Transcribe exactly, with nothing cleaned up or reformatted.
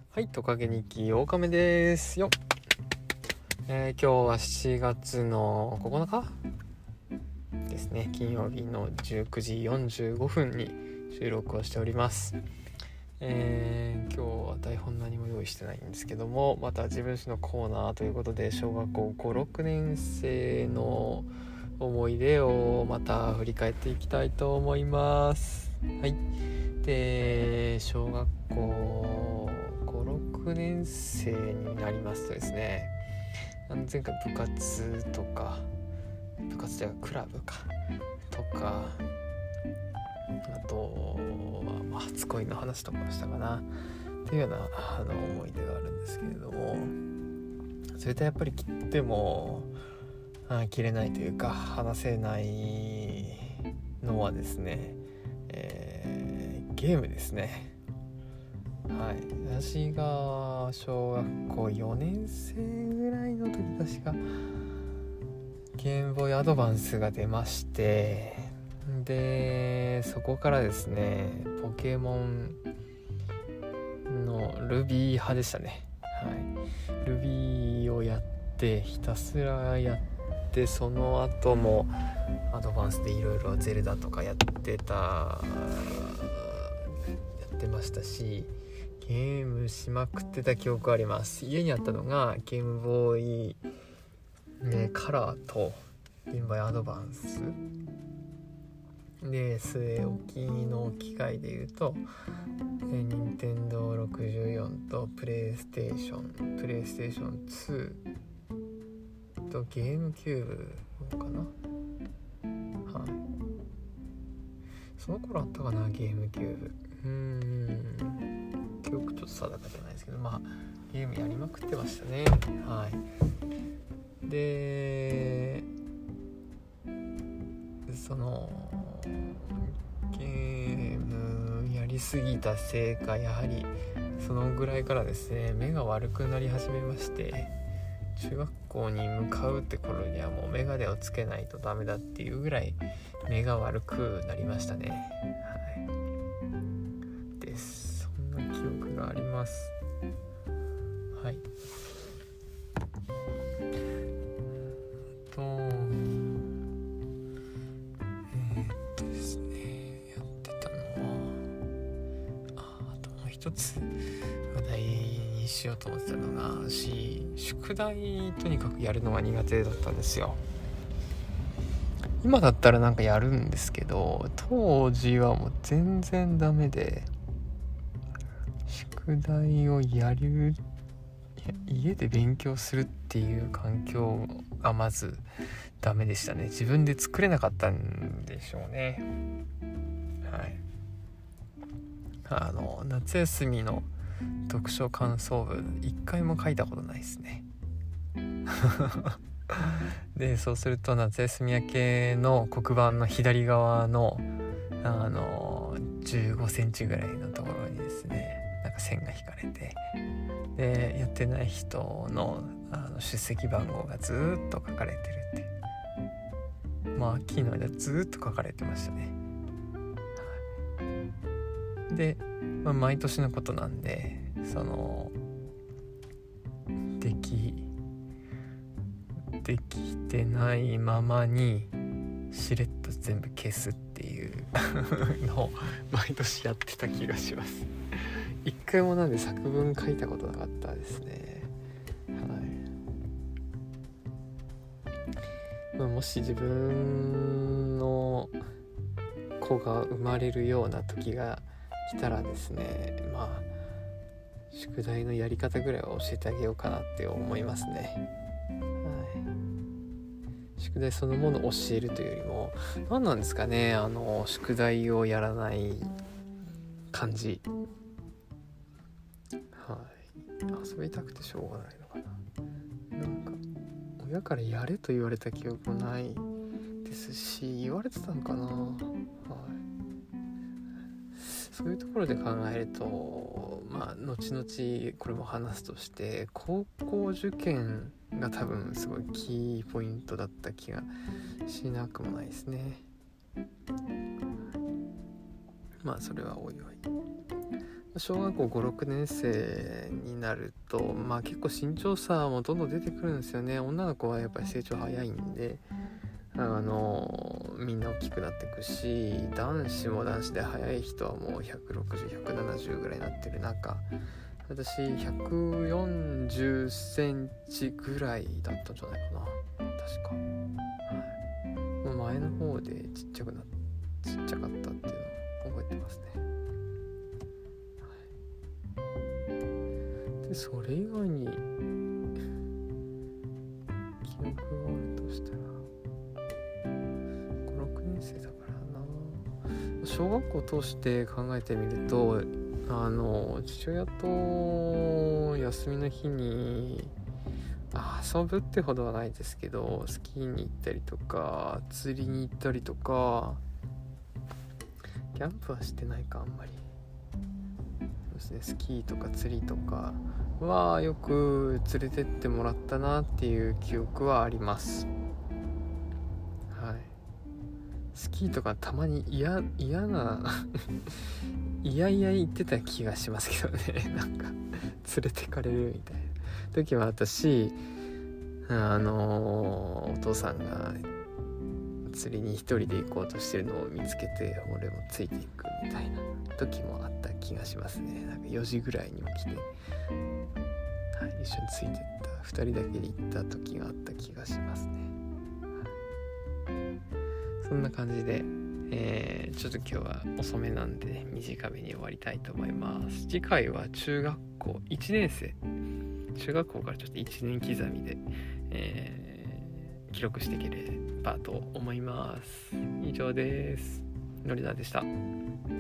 はい、トカゲ日記オオカメですよ、えー、今日はしちがつのここのかですね、金曜日のじゅうくじよんじゅうごふんに収録をしております。えー、今日は台本何も用意してないんですけども、また自分史のコーナーということで小学校ご、ろくねん生の思い出をまた振り返っていきたいと思います。はい。で、小学校ご、ろくねん生になりますとですね、前回部活とか部活というかクラブかとか、あとは、まあ、初恋の話とかをしたかなっていうようなあの思い出があるんですけれども、それとやっぱり切ってもあ切れないというか話せないのはですね、えー、ゲームですね。はい、私が小学校よねん生ぐらいの時、確かゲームボーイアドバンスが出まして、でそこからですねポケモンのルビー派でしたね。はい、ルビーをやってひたすらやって、その後もアドバンスでいろいろゼルダとかやってたやってましたし、ゲームしまくってた記憶あります。家にあったのがゲームボーイ、ね、カラーとゲームボーイアドバンスで、据え置きの機械でいうと任天堂ろくじゅうよんとプレイステーションプレイステーションツーとゲームキューブかな。はい、その頃あったかな、ゲームキューブ。うーん記憶ちょっと定かじゃないですけど、まあゲームやりまくってましたね。はい。でそのゲームやりすぎたせいか、やはりそのぐらいからですね目が悪くなり始めまして、中学校に向かうって頃にはもうメガネをつけないとダメだっていうぐらい目が悪くなりましたね。はいです。そんな記憶があります。はい。とえー、っとですねやってたのは あ, あともう一つ話題にしようと思ってたのが、私宿題とにかくやるのが苦手だったんですよ。今だったらなんかやるんですけど、当時はもう全然ダメで、宿題をやる家で勉強するっていう環境がまずダメでしたね。自分で作れなかったんでしょうね。はい。あの夏休みの読書感想文一回も書いたことないですね。でそうすると夏休み明けの黒板の左側のあのじゅうごセンチぐらいのところにですねなんか線が引かれて、でやってない人 の, あの出席番号がずっと書かれてるって、まあ秋の間ずっと書かれてましたね。で、まあ、毎年のことなんで、そのできできてないままにしれっと全部消すっていうのを毎年やってた気がします。一回もなんで作文書いたことなかったですね。はい。まあ、もし自分の子が生まれるような時が来たらですね、まあ宿題のやり方ぐらいは教えてあげようかなって思いますね。宿題そのものを教えるというよりも、何なんですかね、あの宿題をやらない感じ。はい、遊びたくてしょうがないのかな。なんか親からやれと言われた記憶もないですし、言われてたのかな。はい、そういうところで考えると、まあ後々これも話すとして、高校受験が多分すごいキーポイントだった気がしなくもないですね。まあそれはおいおい。 小学校ご、ろくねん生になると、まあ結構身長差もどんどん出てくるんですよね。女の子はやっぱり成長早いんで、あのみんな大きくなっていくし、男子も男子で早い人はもうひゃくろくじゅう、ひゃくななじゅうぐらいになってる中、私ひゃくよんじゅっセンチぐらいだったんじゃないかな、確か。もう前の方でちっちゃくなちっちゃかったっていうのを覚えてますね。でそれ以外に記憶があるとしたらご、ろくねん生だからな。小学校を通して考えてみると、あの父親と休みの日に遊ぶってほどはないですけど、スキーに行ったりとか釣りに行ったりとか、キャンプはしてないか、あんまり。そうですね、スキーとか釣りとかはよく連れてってもらったなっていう記憶はあります。はい。スキーとかたまに嫌嫌ないやいや言ってた気がしますけどね。なんか連れてかれるみたいな時は私、あのー、お父さんが釣りに一人で行こうとしてるのを見つけて、俺もついていくみたいな時もあった気がしますね。なんかよじぐらいに起きて、はい、一緒についてったふたりだけで行った時があった気がしますね。はい、そんな感じで、えー、ちょっと今日は遅めなんで短めに終わりたいと思います。次回は中学校いちねん生、中学校からちょっといちねん刻みで、えー、記録していければと思います。以上です。のりだでした。